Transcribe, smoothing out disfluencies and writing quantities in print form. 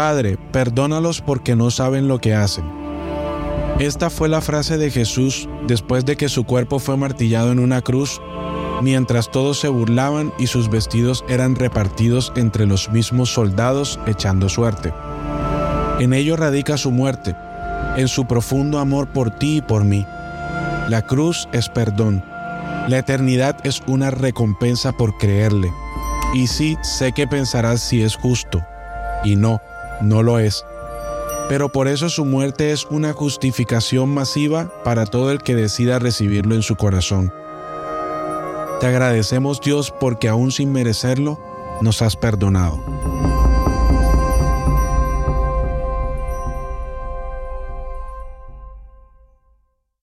Padre, perdónalos porque no saben lo que hacen. Esta fue la frase de Jesús después de que su cuerpo fue martillado en una cruz, mientras todos se burlaban y sus vestidos eran repartidos entre los mismos soldados echando suerte. En ello radica su muerte, en su profundo amor por ti y por mí. La cruz es perdón. La eternidad es una recompensa por creerle. Y sí, sé que pensarás si es justo. Y no lo es. Pero por eso su muerte es una justificación masiva para todo el que decida recibirlo en su corazón. Te agradecemos, Dios, porque aún sin merecerlo, nos has perdonado.